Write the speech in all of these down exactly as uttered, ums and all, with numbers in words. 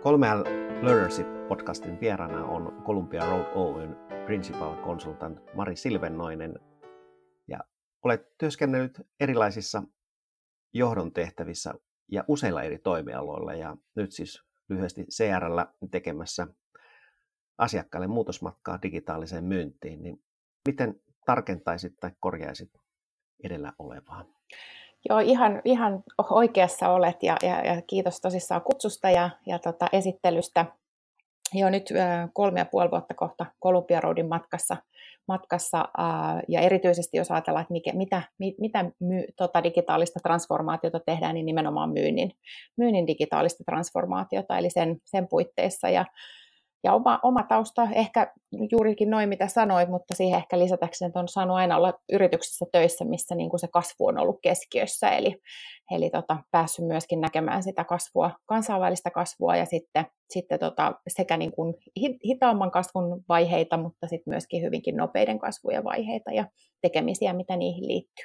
kolme L Learnership-podcastin vieraana on Columbia Road Oyn Principal Consultant Mari Silvennoinen. Ja olet työskennellyt erilaisissa johdon tehtävissä ja useilla eri toimialoilla ja nyt siis lyhyesti C R L tekemässä asiakkaille muutosmatkaa digitaaliseen myyntiin. Niin miten tarkentaisit tai korjaisit edellä olevaa? Joo, ihan, ihan oikeassa olet ja, ja, ja kiitos tosissaan kutsusta ja, ja tota esittelystä. Joo, nyt äh, kolme ja puoli vuotta kohta Columbia Roadin matkassa, matkassa äh, ja erityisesti jos ajatellaan, että mikä, mitä, mi, mitä my, tota digitaalista transformaatiota tehdään, niin nimenomaan myynnin, myynnin digitaalista transformaatiota, eli sen, sen puitteissa. Ja, ja oma, oma tausta, ehkä juurikin noin mitä sanoit, mutta siihen ehkä lisätäkseni, että on saanut aina olla yrityksessä töissä, missä niin kuin se kasvu on ollut keskiössä, eli, eli tota, päässyt myöskin näkemään sitä kasvua, kansainvälistä kasvua ja sitten, sitten tota, sekä niin kuin hitaamman kasvun vaiheita, mutta sitten myöskin hyvinkin nopeiden kasvujen vaiheita ja tekemisiä, mitä niihin liittyy.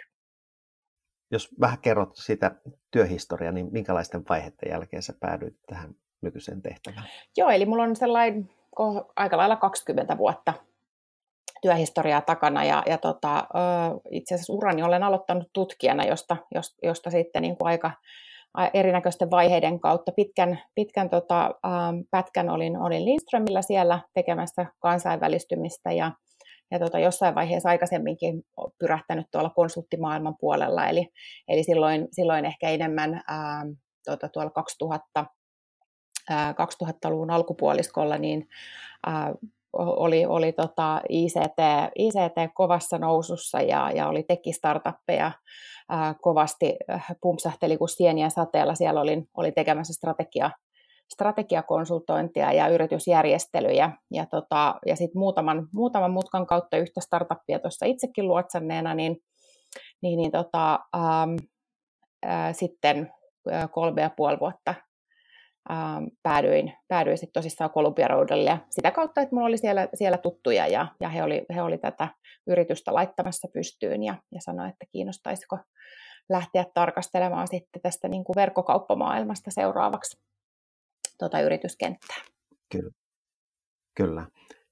Jos vähän kerrot sitä työhistoriaa, niin minkälaisten vaiheiden jälkeen sä päädyit tähän nykyiseen tehtävään? Joo, eli mulla on sellainen aika lailla kaksikymmentä vuotta työhistoriaa takana ja, ja tota, itse asiassa urani olen aloittanut tutkijana, josta, josta sitten niin kuin aika erinäköisten vaiheiden kautta pitkän, pitkän tota, pätkän olin, olin Lindströmillä siellä tekemässä kansainvälistymistä ja, ja tota, jossain vaiheessa aikaisemminkin pyrähtänyt tuolla konsulttimaailman puolella, eli, eli silloin, silloin ehkä enemmän ää, tota, tuolla kaksituhatta kaksituhattaluvun alkupuoliskolla niin äh, oli, oli tota I C T, I C T kovassa nousussa ja, ja oli teki-startuppeja äh, kovasti äh, pumpsahteli kuin sieniä sateella. Siellä olin, oli tekemässä strategia, strategiakonsultointia ja yritysjärjestelyjä ja, tota, ja sitten muutaman, muutaman mutkan kautta yhtä startuppia tuossa itsekin luotsanneena, niin, niin, niin tota, ähm, äh, sitten äh, kolme ja puoli vuotta Ähm, päädyin, päädyin sitten tosissaan Columbia Roadille ja sitä kautta, että minulla oli siellä, siellä tuttuja ja, ja he, oli, he oli tätä yritystä laittamassa pystyyn ja, ja sanoi, että kiinnostaisiko lähteä tarkastelemaan sitten tästä niin kuin verkkokauppamaailmasta seuraavaksi tuota yrityskenttää. Kyllä. Kyllä.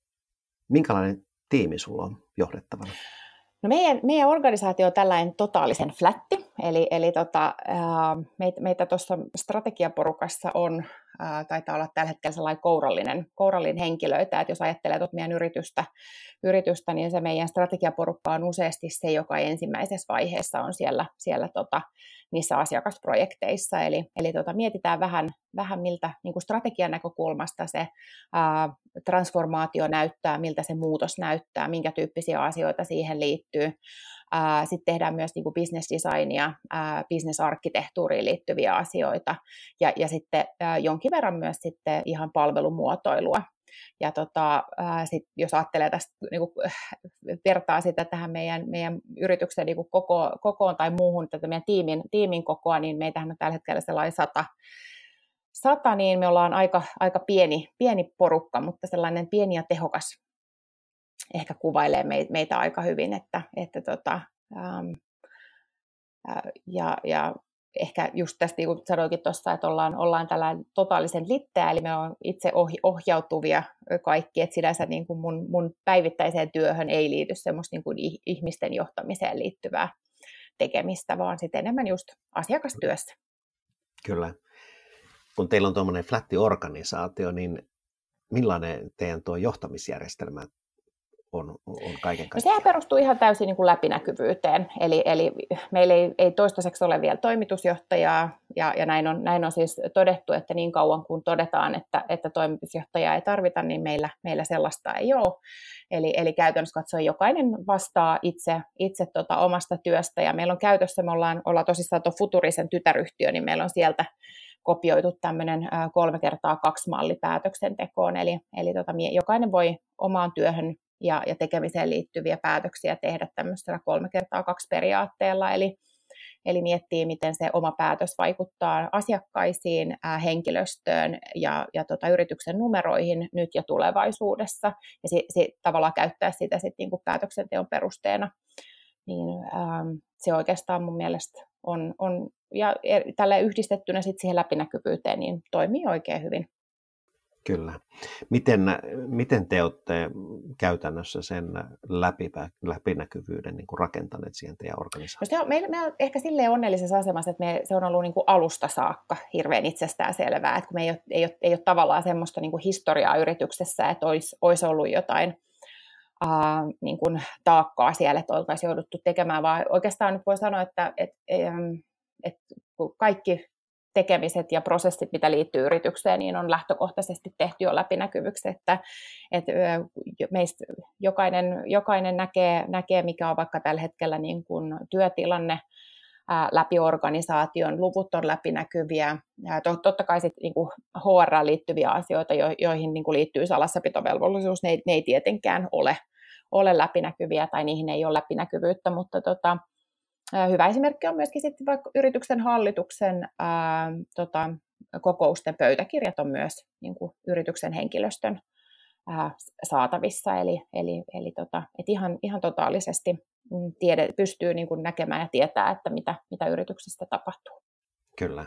Minkälainen tiimi sulla on johdettavana? No meidän, meidän organisaatio on tällainen totaalisen flätti, eli, eli tota, meitä, meitä tuossa strategiaporukassa on, ää, taitaa olla tällä hetkellä sellainen kourallinen, kourallinen henkilöitä, että jos ajattelee tuota meidän yritystä, yritystä, niin se meidän strategiaporukka on useasti se, joka ensimmäisessä vaiheessa on siellä, siellä tota, niissä asiakasprojekteissa, eli, eli tota, mietitään vähän, vähän miltä niin kuin strategian näkökulmasta se ää, transformaatio näyttää, miltä se muutos näyttää, minkä tyyppisiä asioita siihen liittyy. Sitten tehdään myös niin kuin business designia, business-arkkitehtuuriin liittyviä asioita ja, ja sitten jonkin verran myös sitten ihan palvelumuotoilua. Ja tota, sit jos ajattelee tästä, niin kuin, vertaa sitä tähän meidän, meidän yrityksen niin kuin koko, kokoon tai muuhun, tätä meidän tiimin, tiimin kokoa, niin meitähän on tällä hetkellä sellainen sata, sata niin me ollaan aika, aika pieni, pieni porukka, mutta sellainen pieni ja tehokas ehkä kuvailee meitä aika hyvin, että, että tota, ähm, äh, ja, ja ehkä just tästä, niin kuin sanoinkin tuossa, että ollaan, ollaan tällainen totaalisen litteä, eli me on itse ohjautuvia kaikki, että sinänsä niin kuin mun, mun päivittäiseen työhön ei liity semmoista niin kuin ihmisten johtamiseen liittyvää tekemistä, vaan sitten enemmän just asiakastyössä. Kyllä. Kun teillä on tuommoinen flätti organisaatio, niin millainen teidän tuo johtamisjärjestelmä on, on kaiken kaikkiaan? No sehän perustuu ihan täysin niin kuin läpinäkyvyyteen, eli, eli meillä ei, ei toistaiseksi ole vielä toimitusjohtajaa, ja, ja näin, on, näin on siis todettu, että niin kauan kun todetaan, että, että toimitusjohtajaa ei tarvita, niin meillä, meillä sellaista ei ole. Eli, eli käytännössä katsoen jokainen vastaa itse, itse tota omasta työstä, ja meillä on käytössä, me ollaan, ollaan tosissaan tuo Futurisen tytäryhtiö, niin meillä on sieltä kopioitu tämmöinen kolme kertaa kaksi malli päätöksentekoon, eli, eli tota, jokainen voi omaan työhön ja, ja tekemiseen liittyviä päätöksiä tehdä tämmöisellä kolme kertaa kaksi periaatteella, eli, eli miettii, miten se oma päätös vaikuttaa asiakkaisiin, ää, henkilöstöön ja, ja tota, yrityksen numeroihin nyt ja tulevaisuudessa, ja si, si, tavallaan käyttää sitä sit niinku päätöksenteon perusteena. Niin, ähm, se oikeastaan mun mielestä on, on ja tällä yhdistettynä sit siihen läpinäkyvyyteen, niin toimii oikein hyvin. Kyllä. Miten, miten te olette käytännössä sen läpipä, läpinäkyvyyden niin kuin rakentaneet siihen teidän No organisaatioon? se on, me, me on ehkä silleen onnellisessa asemassa, että me, se on ollut niin kuin alusta saakka hirveän itsestäänselvää, että kun me ei ole, ei ole, ei ole tavallaan semmoista niin kuin historiaa yrityksessä, että olisi, olisi ollut jotain ää, niin kuin taakkaa siellä, että oltaisiin jouduttu tekemään, vaan oikeastaan nyt voi sanoa, että, että, että kaikki tekemiset ja prosessit, mitä liittyy yritykseen, niin on lähtökohtaisesti tehty jo läpinäkyvyksi, että, että meistä jokainen, jokainen näkee, näkee, mikä on vaikka tällä hetkellä niin kuin työtilanne ää, läpi organisaation, luvut on läpinäkyviä, ja totta kai sitten niin kuin H R liittyviä asioita, jo, joihin niin kuin liittyy salassapitovelvollisuus, ne ei, ne ei tietenkään ole, ole läpinäkyviä tai niihin ei ole läpinäkyvyyttä, mutta tota, hyvä esimerkki on myöskin sitten vaikka yrityksen hallituksen ää, tota, kokousten pöytäkirjat on myös niin kuin yrityksen henkilöstön ää, saatavissa, eli, eli, eli tota, et ihan, ihan totaalisesti tiede, pystyy niin kuin näkemään ja tietää, että mitä, mitä yrityksessä tapahtuu. Kyllä.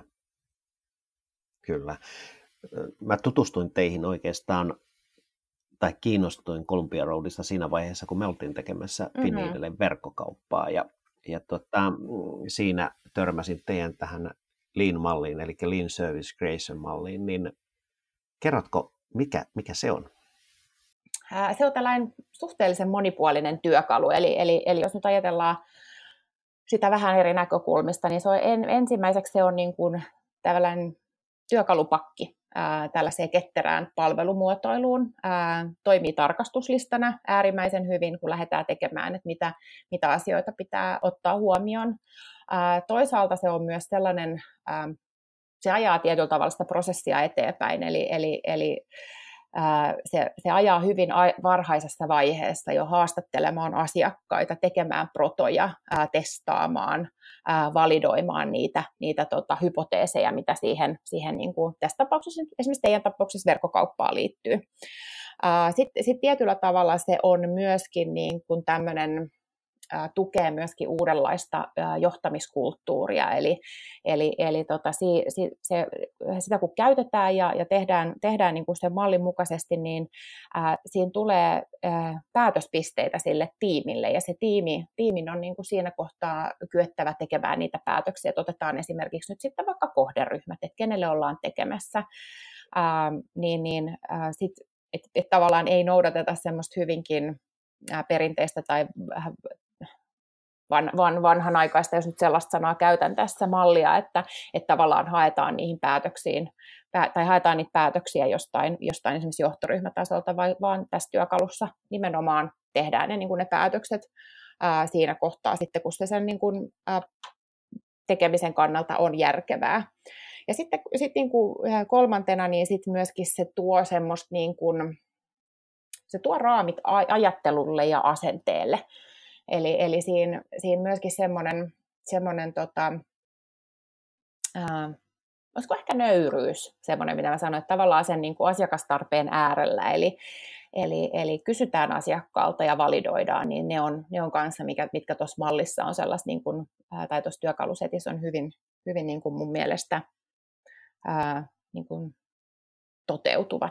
Kyllä. Mä tutustuin teihin oikeastaan, tai kiinnostuin Columbia Roadista siinä vaiheessa, kun me oltiin tekemässä mm-hmm. Finidelle verkkokauppaa, ja Ja tota, siinä törmäsin teidän tähän Lean-malliin, eli Lean Service Creation-malliin, niin kerrotko, mikä, mikä se on? Se on tällainen suhteellisen monipuolinen työkalu, eli, eli, eli jos nyt ajatellaan sitä vähän eri näkökulmista, niin se on en, ensimmäiseksi se on niin kuin tällainen työkalupakki ää, tällaiseen ketterään palvelumuotoiluun, ää, toimii tarkastuslistana äärimmäisen hyvin, kun lähdetään tekemään, että mitä, mitä asioita pitää ottaa huomioon. Ää, toisaalta se on myös sellainen, ää, se ajaa tietyllä tavalla sitä prosessia eteenpäin, eli, eli, eli ää, se, se ajaa hyvin varhaisessa vaiheessa jo haastattelemaan asiakkaita, tekemään protoja, ää, testaamaan, ää, validoimaan niitä, niitä tota, hypoteeseja, mitä siihen, siihen niin kuin tässä tapauksessa, esimerkiksi teidän tapauksessa verkkokauppaan liittyy. Sitten sit tietyllä tavalla se on myöskin niin kuin tämmöinen, tukee myöskin uudenlaista johtamiskulttuuria, eli, eli, eli tota, si, si, se, sitä kun käytetään ja, ja tehdään, tehdään niin kuin sen mallin mukaisesti, niin ää, siinä tulee ää, päätöspisteitä sille tiimille, ja se tiimi, tiimin on niin kuin siinä kohtaa kyettävä tekemään niitä päätöksiä, että otetaan esimerkiksi nyt sitten vaikka kohderyhmät, että kenelle ollaan tekemässä, ää, niin, niin ää, sit, että et tavallaan ei noudateta semmoista hyvinkin ää, perinteistä tai Van, van, vanhanaikaista, jos nyt sellaista sanaa käytän tässä, mallia, että, että tavallaan haetaan niihin päätöksiin, pää, tai haetaan niitä päätöksiä jostain, jostain esimerkiksi johtoryhmätasolta, vai, vaan tässä työkalussa nimenomaan tehdään ne, niin kuin ne päätökset ää, siinä kohtaa sitten, kun se sen niin kuin, ää, tekemisen kannalta on järkevää. Ja sitten sit niin kuin kolmantena, niin sit myöskin se tuo semmoista, niin kuin, se tuo raamit ajattelulle ja asenteelle. Eli, eli siinä, siinä myöskin semmoinen, semmoinen tota, ää, olisiko ehkä nöyryys, semmoinen mitä mä sanoin, että tavallaan sen niin kuin asiakastarpeen äärellä, eli, eli, eli kysytään asiakkaalta ja validoidaan, niin ne on, ne on kanssa, mikä, mitkä tuossa mallissa on sellaista, niin kuin, ää, tai tuossa työkalusetissä on hyvin, hyvin niin kuin mun mielestä ää, niin kuin toteutuvat.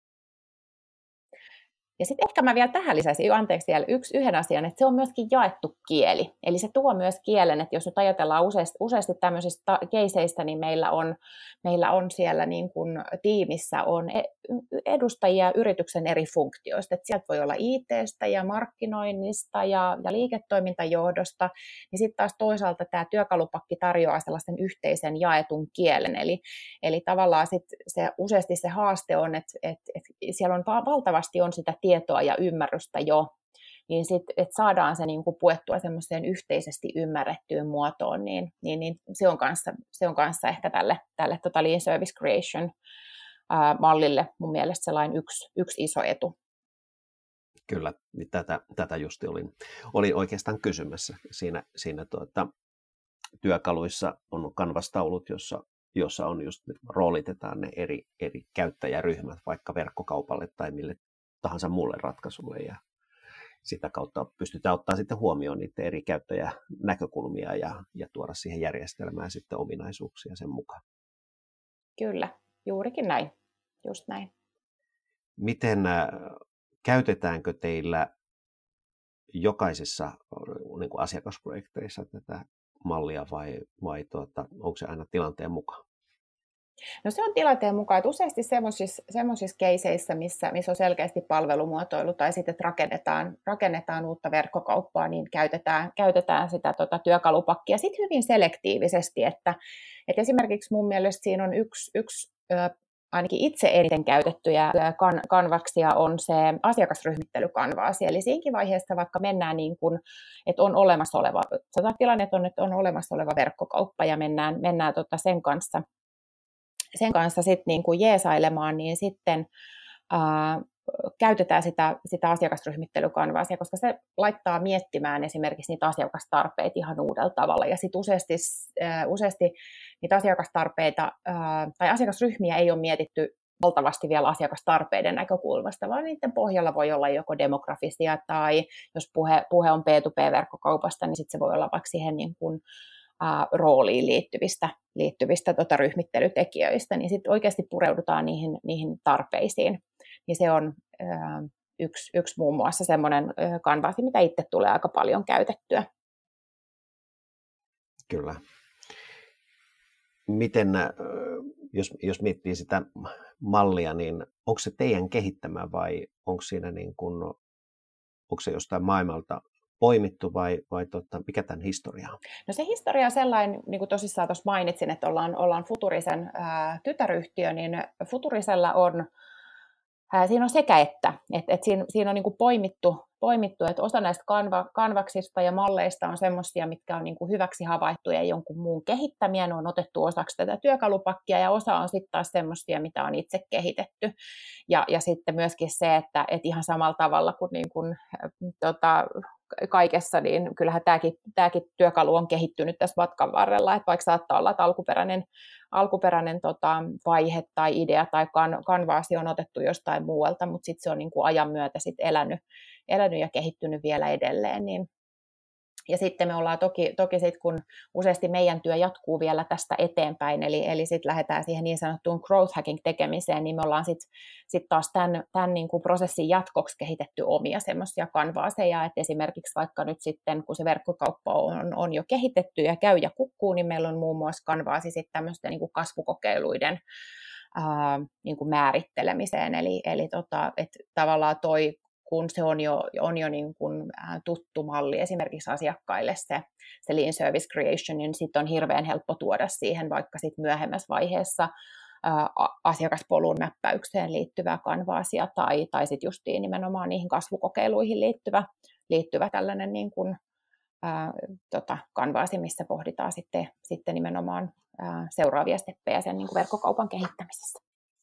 Ja sitten ehkä mä vielä tähän lisäisin, anteeksi vielä yksi, yhden asian, että se on myöskin jaettu kieli. Eli se tuo myös kielen, että jos nyt ajatellaan useasti, useasti tämmöisistä keiseistä, niin meillä on, meillä on siellä niin kuin tiimissä on edustajia yrityksen eri funktioista. Että sieltä voi olla I T:stä ja markkinoinnista ja, ja liiketoimintajohdosta. Niin sitten taas toisaalta tämä työkalupakki tarjoaa sellaisen yhteisen jaetun kielen. Eli, eli tavallaan sit se, useasti se haaste on, että, että, että siellä on valtavasti on sitä tietoa ja ymmärrystä jo, niin sitten, että saadaan se niin kuin puettua semmoiseen yhteisesti ymmärrettyyn muotoon, niin, niin, niin se, on kanssa, se on kanssa ehkä tälle, tälle tota Lean Service Creation ää, mallille mun mielestä sellainen yksi, yksi iso etu. Kyllä, niin tätä, tätä just olin, olin oikeastaan kysymässä. Siinä, siinä tuota, työkaluissa on kanvastaulut, jossa jossa on just, roolitetaan ne eri, eri käyttäjäryhmät vaikka verkkokaupalle tai mille tahansa muulle ratkaisulle, ja sitä kautta pystytään ottaa sitten huomioon niiden eri käyttäjänäkökulmia ja, ja tuoda siihen järjestelmään sitten ominaisuuksia sen mukaan. Kyllä, juurikin näin, just näin. Miten äh, käytetäänkö teillä jokaisessa niin kuin asiakasprojekteissa tätä mallia vai, vai tuota, onko se aina tilanteen mukaan? No se on tilanteen mukaan, että useasti semmoisissa keiseissä, missä, missä on selkeästi palvelumuotoilu tai sitten että rakennetaan, rakennetaan uutta verkkokauppaa, niin käytetään, käytetään sitä tota, työkalupakkia sitten hyvin selektiivisesti, että, että esimerkiksi mun mielestä siinä on yksi, yksi ö, ainakin itse eniten käytettyjä kan, kanvaksia on se asiakasryhmittelykanvaasi, eli siinäkin vaiheessa vaikka mennään niin kuin, että on olemassa oleva, tilanne on, että on olemassa oleva verkkokauppa ja mennään, mennään tota sen kanssa sen kanssa sit niin kuin jeesailemaan, niin sitten ää, käytetään sitä, sitä asiakasryhmittelykanvaasia, koska se laittaa miettimään esimerkiksi niitä asiakastarpeita ihan uudella tavalla. Ja sitten useasti, ää, useasti niitä asiakastarpeita ää, tai asiakasryhmiä ei ole mietitty valtavasti vielä asiakastarpeiden näkökulmasta, vaan niiden pohjalla voi olla joko demografisia tai jos puhe, puhe on B to B-verkkokaupasta, niin sitten se voi olla vaikka siihen niin kuin Uh, rooliin liittyvistä, liittyvistä tota, ryhmittelytekijöistä, niin sitten oikeasti pureudutaan niihin, niihin tarpeisiin. Niin se on uh, yksi, yksi muun muassa semmoinen uh, kanvaasi, mitä itse tulee aika paljon käytettyä. Kyllä. Miten, jos, jos miettii sitä mallia, niin onko se teidän kehittämä vai onko siinä niin kuin, onko se jostain maailmalta poimittu vai, vai tota, mikä tämän historia on? No se historia on sellainen, niin kuin tosissaan tuossa mainitsin, että ollaan, ollaan Futurisen ää, tytäryhtiö, niin Futurisella on, ää, siinä on sekä että, että et siinä, siinä on niin kuin poimittu, poimittu, että osa näistä kanva, kanvaksista ja malleista on semmoisia, mitkä on niin kuin hyväksi havaittuja ja jonkun muun kehittämiä, ne on otettu osaksi tätä työkalupakkia ja osa on sitten taas semmoisia, mitä on itse kehitetty. Ja, ja sitten myöskin se, että et ihan samalla tavalla kuin, niin kuin tota, kaikessa, niin kyllähän tämäkin, tämäkin työkalu on kehittynyt tässä matkan varrella, että vaikka saattaa olla, että alkuperäinen, alkuperäinen tota, vaihe tai idea tai kan, kanvaasi on otettu jostain muualta, mutta sitten se on niin kuin ajan myötä sit elänyt, elänyt ja kehittynyt vielä edelleen, niin ja sitten me ollaan toki, toki sit, kun useasti meidän työ jatkuu vielä tästä eteenpäin, eli, eli sitten lähdetään siihen niin sanottuun growth hacking tekemiseen, niin me ollaan sitten sit taas tämän, tämän niin kuin prosessin jatkoksi kehitetty omia semmoisia kanvaaseja, että esimerkiksi vaikka nyt sitten, kun se verkkokauppa on, on jo kehitetty ja käy ja kukkuu, niin meillä on muun muassa kanvaasi sitten tämmöisten niin kuin kasvukokeiluiden ää, niin kuin määrittelemiseen, eli, eli tota, että tavallaan toi kun se on jo, on jo niin kuin tuttu malli esimerkiksi asiakkaille se, se Lean Service Creation, niin sitten on hirveän helppo tuoda siihen vaikka sit myöhemmässä vaiheessa ää, asiakaspolun mäppäykseen liittyvää kanvaasia tai, tai sitten justiin nimenomaan niihin kasvukokeiluihin liittyvä, liittyvä tällainen niin kuin, ää, tota, kanvaasi, missä pohditaan sitten, sitten nimenomaan ää, seuraavia steppejä sen niin kuin verkkokaupan kehittämisessä.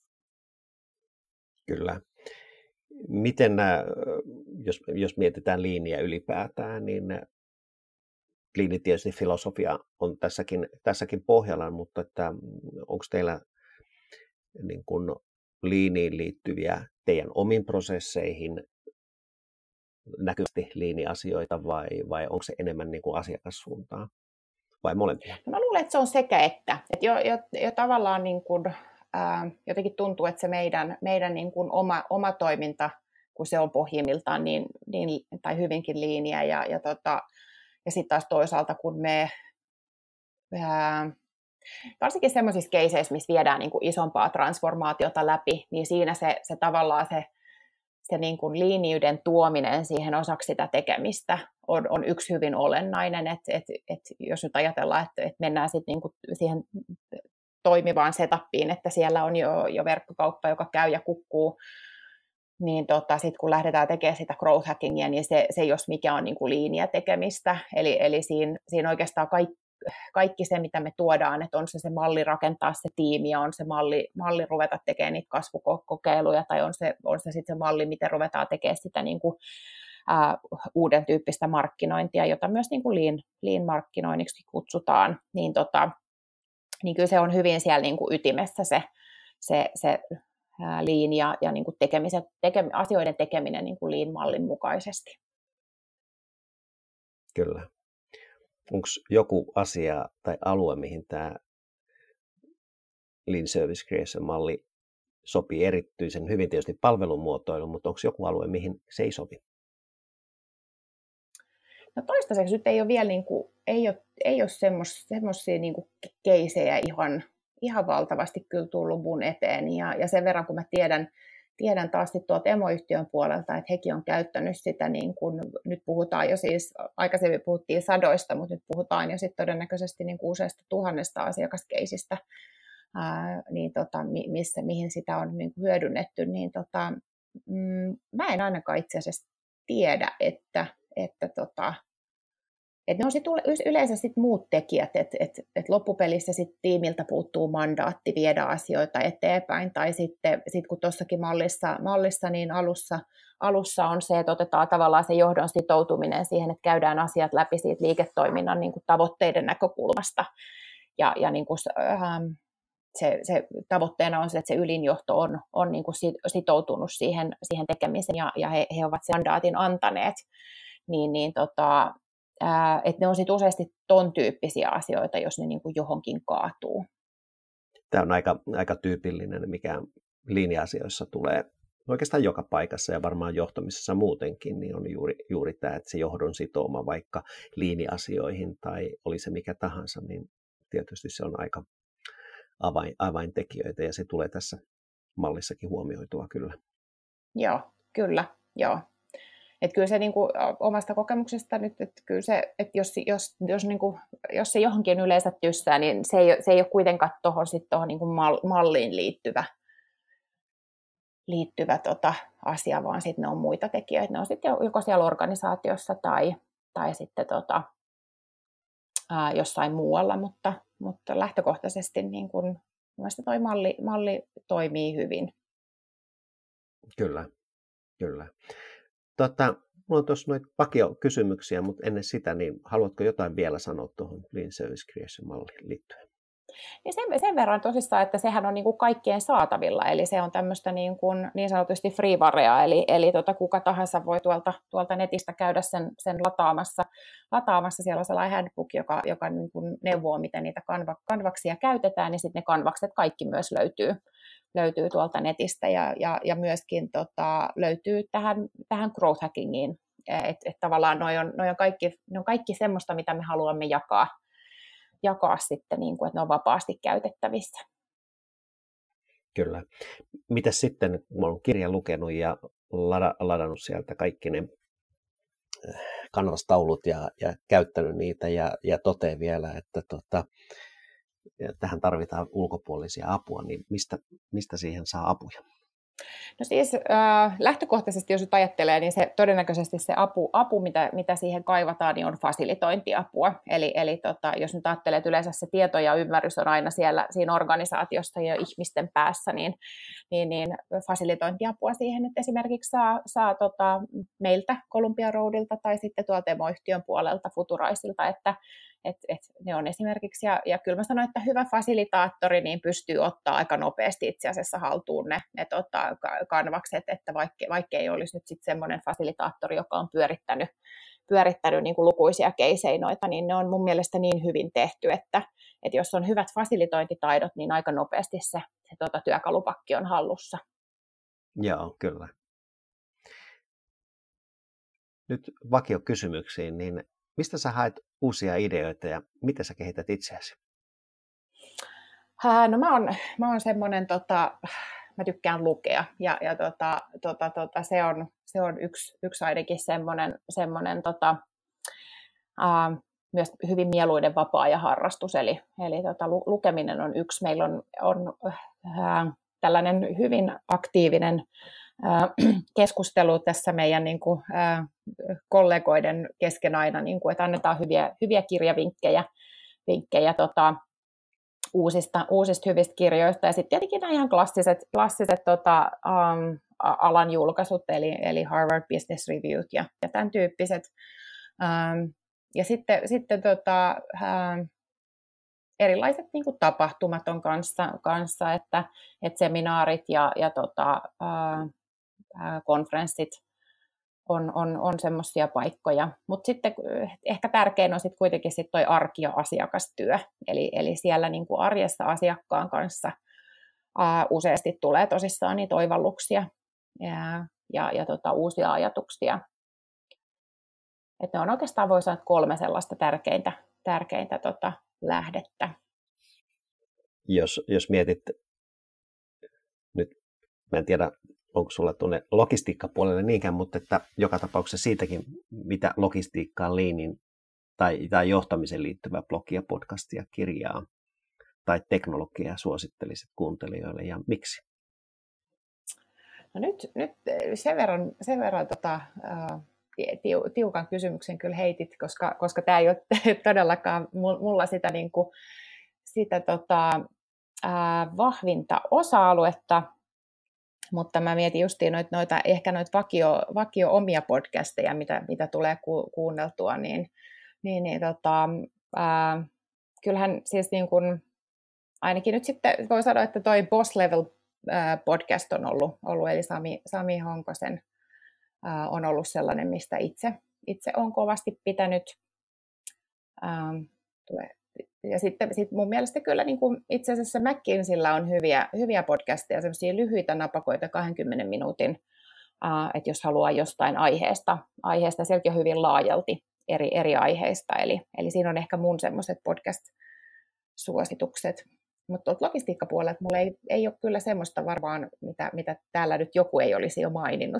Kyllä. Miten, jos, jos mietitään liiniä ylipäätään, niin liini tietysti filosofia on tässäkin, tässäkin pohjalla, mutta että onko teillä niin kuin liiniin liittyviä teidän omiin prosesseihin näkyvästi liiniasioita vai, vai onko se enemmän niin kuin asiakassuuntaan vai molempia? No mä luulen, että se on sekä että. että jo, jo, jo tavallaan niin kuin, ää, jotenkin tuntuu, että se meidän, meidän niin kuin oma, oma toiminta, kun se on pohjimmiltaan niin, niin, tai hyvinkin liiniä ja, ja, tota, ja sitten taas toisaalta, kun me ää, varsinkin semmoisissa keiseissä, missä viedään niin kuin isompaa transformaatiota läpi, niin siinä se, se tavallaan se, se niin kuin liiniyden tuominen siihen osaksi sitä tekemistä on, on yksi hyvin olennainen, että et, et jos nyt ajatellaan, että et mennään sitten niin kuin siihen toimivaan setappiin, että siellä on jo, jo verkkokauppa, joka käy ja kukkuu, niin tota, sitten kun lähdetään tekemään sitä growth hackingia, niin se, se jos mikä on niin kuin liiniä tekemistä, eli, eli siinä, siinä oikeastaan kaikki, kaikki se, mitä me tuodaan, että on se se malli rakentaa se tiimi ja on se malli, malli ruveta tekemään niitä kasvukokeiluja tai on se, on se sitten se malli, miten ruvetaan tekemään sitä niin kuin, ää, uuden tyyppistä markkinointia, jota myös niin kuin lean, lean markkinoinniksi kutsutaan, niin, tota, niin kyllä se on hyvin siellä niin kuin ytimessä se, se, se ää, lean ja, ja niin kuin tekemisen, teke, asioiden tekeminen niin kuin lean-mallin mukaisesti. Kyllä. Onko joku asia tai alue, mihin tämä Lean Service Creation malli sopii erityisen hyvin tietysti palvelumuotoilu, mutta onko joku alue, mihin se ei sovi? No toistaiseksi nyt ei ole vielä niin kuin, ei ole, ei ole semmoisia niin kuin keisejä ihan, ihan valtavasti kyllä tullut mun eteen. Ja, ja sen verran, kun mä tiedän, tiedän taas tuolta emoyhtiön puolelta, että hekin on käyttänyt sitä, niin kuin, nyt puhutaan jo siis, aikaisemmin puhuttiin sadoista, mutta nyt puhutaan jo sitten todennäköisesti niin kuin useasta tuhannesta asiakaskeisistä, ää, niin tota, missä, mihin sitä on niin kuin hyödynnetty. Niin tota, mm, mä en ainakaan itse asiassa tiedä, että, että tota, Et ne on sit yleensä sit muut tekijät, että et, et loppupelissä sit tiimiltä puuttuu mandaatti viedä asioita eteenpäin, tai sitten sit kun tuossakin mallissa, mallissa niin alussa, alussa on se, että otetaan tavallaan se johdon sitoutuminen siihen, että käydään asiat läpi siitä liiketoiminnan niin kuin tavoitteiden näkökulmasta, ja, ja niin kuin, ähm, se, se tavoitteena on se, että se ylinjohto on, on niin kuin sitoutunut siihen, siihen tekemiseen, ja, ja he, he ovat sen mandaatin antaneet, niin, niin tota, että ne on sitten useasti ton tyyppisiä asioita, jos ne niin kuin johonkin kaatuu. Tämä on aika, aika tyypillinen, mikä linja-asioissa tulee oikeastaan joka paikassa ja varmaan johtamisessa muutenkin, niin on juuri, juuri tämä, että se johdon sitouma vaikka linja-asioihin tai oli se mikä tahansa, niin tietysti se on aika avain, avaintekijöitä ja se tulee tässä mallissakin huomioitua kyllä. Joo, kyllä, joo. Että kyllä se niin kuin, omasta kokemuksesta nyt, että kyllä se, että jos, jos, jos, niin kuin, jos se johonkin yleensä tyssää, niin se ei, se ei ole kuitenkaan tuohon sit tohon niin kuin malliin liittyvä, liittyvä tota, asia, vaan sitten ne on muita tekijöitä. Ne on sitten joko siellä organisaatiossa tai, tai sitten tota, ää, jossain muualla, mutta, mutta lähtökohtaisesti niin kuin, mielestäni toi malli, malli toimii hyvin. Kyllä, kyllä. Tota, mulla on tuossa noita vakiokysymyksiä, mutta ennen sitä, niin haluatko jotain vielä sanoa tuohon Lean Service Creation malliin liittyen? Ja sen, sen verran tosissaan, että sehän on niin kuin kaikkien saatavilla, eli se on tämmöistä niin, kuin, niin sanotusti freewarea, eli, eli tota, kuka tahansa voi tuolta, tuolta netistä käydä sen, sen lataamassa, lataamassa. Siellä on sellainen handbook, joka, joka niin kuin neuvoo, miten niitä kanva, kanvaksia käytetään, niin sitten ne kanvakset kaikki myös löytyy, löytyy tuolta netistä, ja, ja, ja myöskin tota, löytyy tähän, tähän growth hackingiin, että et tavallaan noi on, noi on, kaikki, ne on kaikki semmoista, mitä me haluamme jakaa, jakaa sitten, niin kuin, että ne on vapaasti käytettävissä. Kyllä. Mitäs sitten, kun olen kirjan lukenut ja lada, ladannut sieltä kaikki ne kanvastaulut ja, ja käyttänyt niitä ja, ja totean vielä, että tota, tähän tarvitaan ulkopuolisia apua, niin mistä, mistä siihen saa apuja? No siis äh, lähtökohtaisesti, jos nyt ajattelee, niin se todennäköisesti se apu, apu mitä, mitä siihen kaivataan, niin on fasilitointiapua. Eli, eli tota, jos nyt ajattelee, että yleensä se tieto ja ymmärrys on aina siellä siinä organisaatiossa ja ihmisten päässä, niin, niin, niin fasilitointiapua siihen nyt esimerkiksi saa, saa tota, meiltä Columbia Roadilta tai sitten tuolta emoyhtiön puolelta Futuraisilta, että Et, et ne on esimerkiksi, ja, ja kyllä mä sanoin, että hyvä fasilitaattori niin pystyy ottaa aika nopeasti itse asiassa haltuun ne, ne tota, kanvakset, että vaikka, vaikka ei olisi nyt sitten semmoinen fasilitaattori, joka on pyörittänyt, pyörittänyt niin kuin lukuisia keiseinoita, niin ne on mun mielestä niin hyvin tehty, että, että jos on hyvät fasilitointitaidot, niin aika nopeasti se, se tota, työkalupakki on hallussa. Joo, kyllä. Nyt vakiokysymyksiin, niin mistä sä haet uusia ideoita ja miten sä kehität itseäsi? No mä oon, mä oon semmoinen, tota, mä tykkään lukea ja, ja tota, tota, tota, se on, se on yksi, yksi ainakin semmoinen, semmoinen tota, ää, myös hyvin mieluinen vapaa-ajan harrastus, eli, eli tota, lu, lukeminen on yksi. Meillä on, on ää, tällainen hyvin aktiivinen ää, keskustelu tässä meidän niin kuin, ää, kollegoiden kesken aina, niin kuin, että annetaan hyviä, hyviä kirjavinkkejä vinkkejä, tota, uusista, uusista hyvistä kirjoista, ja sitten tietenkin nämä ihan klassiset, klassiset tota, um, alan julkaisut, eli, eli Harvard Business Reviewt ja, ja tämän tyyppiset. Um, ja sitten, sitten tota, um, erilaiset niin kuin tapahtumat on kanssa, kanssa että, että seminaarit ja, ja tota, uh, uh, konferenssit on, on, on semmoisia paikkoja. Mutta sitten ehkä tärkein on sitten kuitenkin sit toi arki- ja asiakastyö. Eli, eli siellä niin kuin arjessa asiakkaan kanssa ää, useasti tulee tosissaan niitä oivalluksia ja, ja, ja tota, uusia ajatuksia. Että ne on oikeastaan, voi sanoa, kolme sellaista tärkeintä, tärkeintä tota, lähdettä. Jos, jos mietit, nyt mä en tiedä, onko sulla tuonne logistiikkapuolelle niinkään, mutta että joka tapauksessa siitäkin, mitä logistiikkaan liinin tai, tai johtamiseen liittyvää blogia, podcastia, kirjaa tai teknologiaa suosittelisit kuuntelijoille ja miksi? No nyt, nyt sen verran, sen verran tota, tiukan kysymyksen kyllä heitit, koska, koska tämä ei ole todellakaan mulla sitä, niin kuin, sitä tota, ää, vahvinta osa-aluetta, mutta mä mietin justiin noita, noita, ehkä noita vakio, vakio omia podcasteja, mitä, mitä tulee ku, kuunneltua, niin, niin, niin tota, ää, kyllähän siis niin kuin, ainakin nyt sitten voi sanoa, että toi Boss Level podcast on ollut, ollut eli Sami, Sami Honkosen ää, on ollut sellainen, mistä itse, itse olen kovasti pitänyt. Ähm, ja sitten sit mun mielestä kyllä niin kuin itse asiassa McKinseyllä on hyviä, hyviä podcasteja, sellaisia lyhyitä napakoita kahdenkymmenen minuutin, ää, että jos haluaa jostain aiheesta, aiheesta sielläkin on hyvin laajalti eri, eri aiheista, eli, eli siinä on ehkä mun semmoiset podcast-suositukset. Mutta tuolta logistiikkapuolelta mulla ei, ei ole kyllä semmoista varmaan, mitä, mitä täällä nyt joku ei olisi jo maininnut.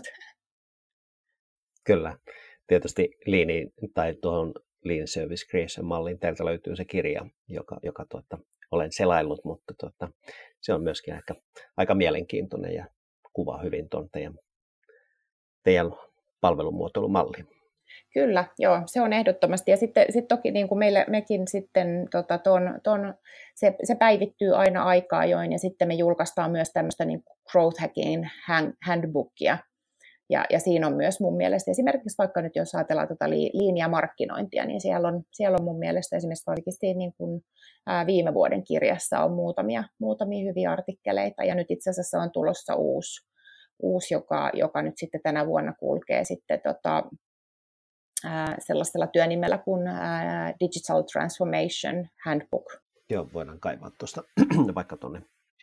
Kyllä. Tietysti Leaniin tai tuohon Lean Service Creation malliin teiltä löytyy se kirja, joka, joka tuota, olen selaillut, mutta tuota, se on myöskin aika, aika mielenkiintoinen ja kuvaa hyvin tuon teidän, teidän palvelumuotoilumalliin. Kyllä, joo, se on ehdottomasti. Ja sitten sit toki niin kuin meille, mekin sitten tota, ton, ton, se, se päivittyy aina aika ajoin, ja sitten me julkaistaan myös tämmöistä niin growth hacking handbookia. Ja, ja siinä on myös mun mielestä esimerkiksi vaikka nyt jos ajatellaan tota linjamarkkinointia, niin siellä on, siellä on mun mielestä esimerkiksi vaikka siinä niin kuin, ää, viime vuoden kirjassa on muutamia, muutamia hyviä artikkeleita, ja nyt itse asiassa on tulossa uusi, uusi joka, joka nyt sitten tänä vuonna kulkee sitten tota, ää, sellaisella työnimellä kuin ää, Digital Transformation Handbook. Joo, voidaan kaivaa tuosta vaikka tuonne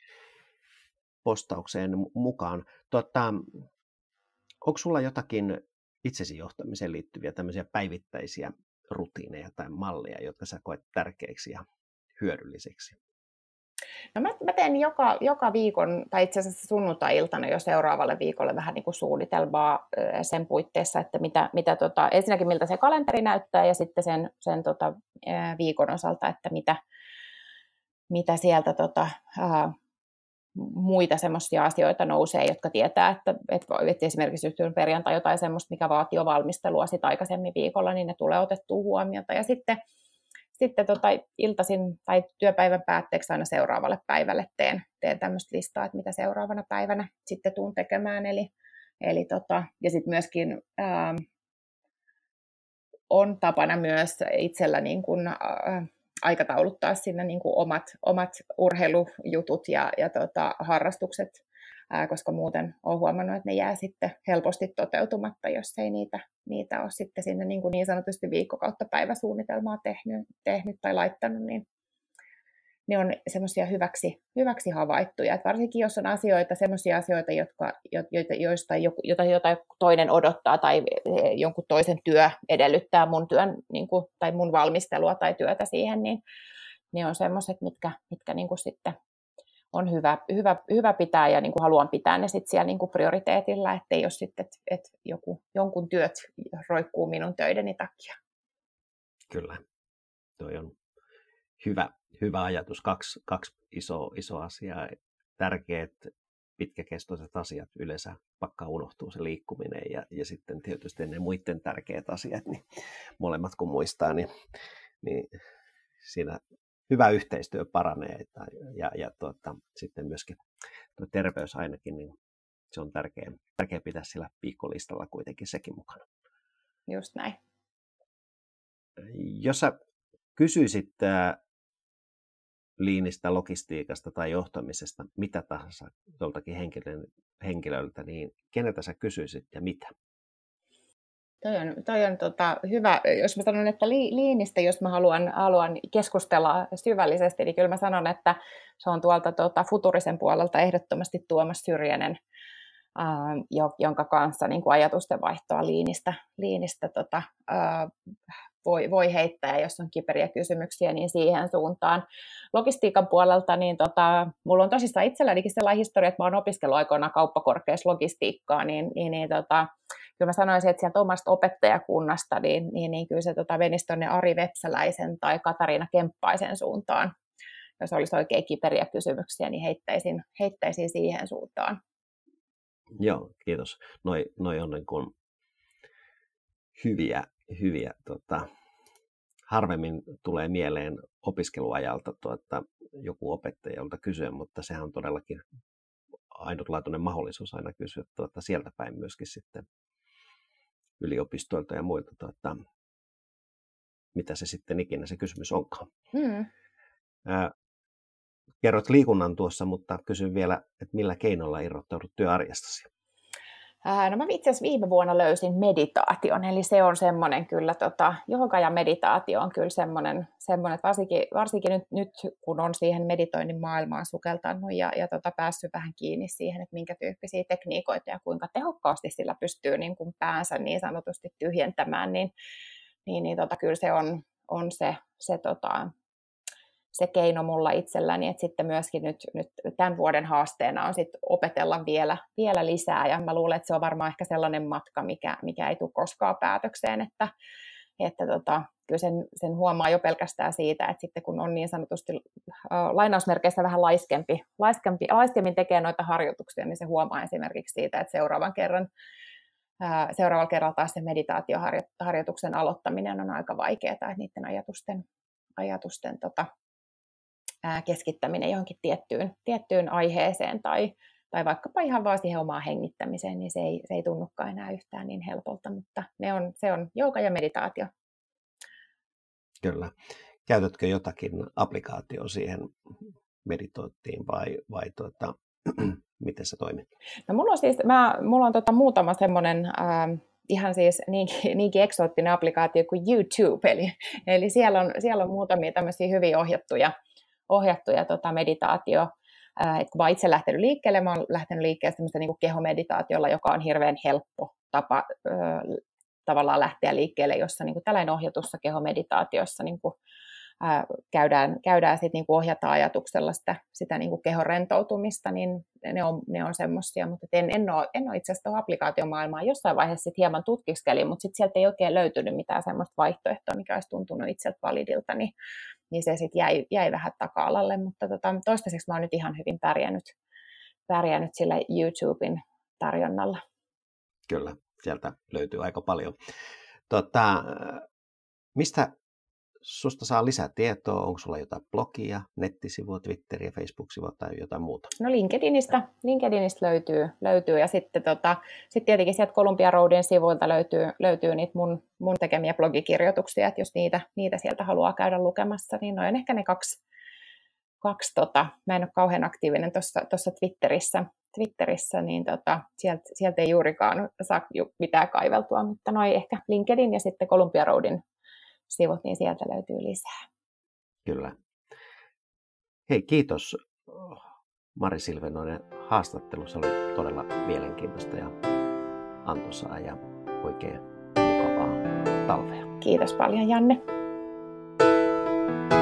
postaukseen mukaan. Tuota, onko sulla jotakin itsesi johtamiseen liittyviä tämmöisiä päivittäisiä rutiineja tai malleja, jotka sä koet tärkeiksi ja hyödyllisiksi? No mä, mä teen joka, joka viikon, tai itse asiassa sunnuntai-iltana jo seuraavalle viikolle vähän niin kuin suunnitelmaa sen puitteissa, että mitä, mitä tota, ensinnäkin miltä se kalenteri näyttää, ja sitten sen, sen tota, viikon osalta, että mitä, mitä sieltä tota, ää, muita semmoisia asioita nousee, jotka tietää, että, että, että esimerkiksi jos on perjantai jotain semmoista, mikä vaatii jo valmistelua sit aikaisemmin viikolla, niin ne tulee otettua huomiota. Ja sitten, sitten tota, iltaisin tai työpäivän päätteeksi aina seuraavalle päivälle teen, teen tämmöistä listaa, että mitä seuraavana päivänä sitten tuun tekemään. Eli, eli tota, ja sitten myöskin ää, on tapana myös itsellä niin kuin, ää, aikatauluttaa sinne niin kuin omat, omat urheilujutut ja, ja tota, harrastukset, ää, koska muuten olen huomannut, että ne jää sitten helposti toteutumatta, jos ei niitä, niitä ole sitten sinne niin, kuin niin sanotusti viikko kautta päiväsuunnitelmaa tehnyt, tehnyt tai laittanut, niin ne on semmoisia hyväksi, hyväksi havaittuja. Et varsinkin jos on asioita, semmoisia asioita, jotka, joita, joista joku, jota, jota toinen odottaa tai jonkun toisen työ edellyttää mun työn niin kuin, tai mun valmistelua tai työtä siihen, niin ne on semmoiset, mitkä, mitkä niin kuin sitten on hyvä, hyvä, hyvä pitää ja niin kuin haluan pitää ne sitten siellä niin kuin prioriteetilla, ettei ole sitten, että et joku, jonkun työt roikkuu minun töideni takia. Kyllä, toi on hyvä. Hyvä ajatus. Kaksi, kaksi isoa iso asiaa. Tärkeät pitkäkestoiset asiat yleensä pakkaa unohtuu se liikkuminen ja, ja sitten tietysti ne muiden tärkeät asiat, niin molemmat kun muistaa, niin, niin siinä hyvä yhteistyö paranee ja, ja tuota, sitten myöskin tuo terveys ainakin, niin se on tärkeä, tärkeä pitää sillä viikkolistalla kuitenkin sekin mukana. Just näin. Jos sä kysyisit liinistä, logistiikasta tai johtamisesta, mitä tahansa joltakin henkilöltä, niin keneltä sä kysyisit ja mitä? Toi on, toi on tota, hyvä, jos mä sanon, että li, liinistä, jos mä haluan, haluan keskustella syvällisesti, niin kyllä mä sanon, että se on tuolta tota, Futurisen puolelta ehdottomasti Tuomas Syrjänen, ää, jonka kanssa niin kuin ajatusten vaihtoa liinistä, liinistä tota, ää, voi, voi heittää, jos on kiperiä kysymyksiä, niin siihen suuntaan. Logistiikan puolelta, niin tota, mulla on tosissaan itsellänikin sellainen historia, että mä oon opiskellut aikoinaan kauppakorkeassa logistiikkaa, niin, niin, niin tota, kyllä mä sanoisin, että sieltä omasta opettajakunnasta, niin, niin, niin kyllä se tota, menisi tuonne Ari Vepsäläisen tai Katariina Kemppaisen suuntaan. Jos olisi oikein kiperiä kysymyksiä, niin heittäisin, heittäisin siihen suuntaan. Joo, kiitos. Noi, noi on niin kuin hyviä, hyviä tota, harvemmin tulee mieleen opiskeluajalta tuota, joku opettaja, jolta kysyä, mutta sehän on todellakin ainutlaatuinen mahdollisuus aina kysyä tuota, sieltä päin myöskin sitten yliopistoilta ja muilta, tuota, mitä se sitten ikinä se kysymys onkaan. Mm. Ää, kerrot liikunnan tuossa, mutta kysyn vielä, että millä keinolla irrottaudut työarjestasi? No mä itse asiassa viime vuonna löysin meditaation, eli se on semmoinen kyllä, tota, jooga ja meditaatio on kyllä semmoinen, semmoinen että varsinkin, varsinkin nyt, nyt, kun on siihen meditoinnin maailmaan sukeltanut ja, ja tota, päässyt vähän kiinni siihen, että minkä tyyppisiä tekniikoita ja kuinka tehokkaasti sillä pystyy niin kuin päänsä niin sanotusti tyhjentämään, niin, niin, niin tota, kyllä se on, on se, se tota, se keino mulla itselläni, että sitten myöskin nyt, nyt tämän vuoden haasteena on sitten opetella vielä, vielä lisää, ja mä luulen, että se on varmaan ehkä sellainen matka, mikä, mikä ei tule koskaan päätökseen, että, että tota, kyllä sen, sen huomaa jo pelkästään siitä, että sitten kun on niin sanotusti äh, lainausmerkeissä vähän laiskempi, laiskempi, laiskemmin tekee noita harjoituksia, niin se huomaa esimerkiksi siitä, että seuraavan kerran äh, seuraavalla kerralla taas se meditaatioharjoituksen aloittaminen on aika vaikeaa, että niiden ajatusten, ajatusten tota, keskittäminen johonkin tiettyyn, tiettyyn aiheeseen tai, tai vaikkapa ihan vaan siihen omaan hengittämiseen, niin se ei, se ei tunnukaan enää yhtään niin helpolta, mutta ne on, se on jooga ja meditaatio. Kyllä. Käytätkö jotakin applikaatioa siihen meditoittiin vai, vai tuota, miten se toimii? No mulla on siis, mä, mulla on tota muutama semmoinen äh, ihan siis niinkin, niinkin eksoottinen applikaatio kuin YouTube, eli, eli siellä, on, siellä on muutamia tämmöisiä hyvin ohjattuja ohjattuja tota, meditaatio. Et kun mä oon itse lähtenyt liikkeelle, mä oon lähtenyt liikkeelle semmoista niin kuin kehomeditaatiolla, joka on hirveän helppo tapa ö, tavallaan lähteä liikkeelle, jossa niin kuin tällainen ohjatussa kehomeditaatiossa niin kuin, ö, käydään, käydään sit, niin kuin ohjataan ajatuksella sitä, sitä niin kuin kehon rentoutumista, niin ne on, ne on semmoisia, mutta en, en, ole, en ole itse asiassa tuohon applikaatiomaailmaan jossain vaiheessa sit hieman tutkiskelin, mutta sitten sieltä ei oikein löytynyt mitään semmoista vaihtoehtoa, mikä olisi tuntunut itseltä validilta, niin niin se sitten jäi, jäi vähän taka-alalle, mutta tota, toistaiseksi mä oon nyt ihan hyvin pärjännyt, pärjännyt sillä YouTuben tarjonnalla. Kyllä, sieltä löytyy aika paljon. Tota, mistä susta saa lisää tietoa? Onko sulla jotain blogia, nettisivua, Twitteriä, Facebook-sivua tai jotain muuta? No LinkedInistä, LinkedInistä löytyy, löytyy ja sitten tota, sit tietenkin sieltä Columbia Roadin sivuilta löytyy, löytyy niitä mun, mun tekemiä blogikirjoituksia, että jos niitä, niitä sieltä haluaa käydä lukemassa, niin noin ehkä ne kaksi, kaksi tota, mä en ole kauhean aktiivinen tuossa Twitterissä, Twitterissä, niin tota, sieltä, sieltä ei juurikaan saa mitään kaiveltua, mutta noin ehkä LinkedIn ja sitten Columbia Roadin sivut, niin sieltä löytyy lisää. Kyllä. Hei, kiitos Mari Silvennoinen haastattelu. Se oli todella mielenkiintoista ja antoisaa ja oikein mukavaa talvea. Kiitos paljon, Janne.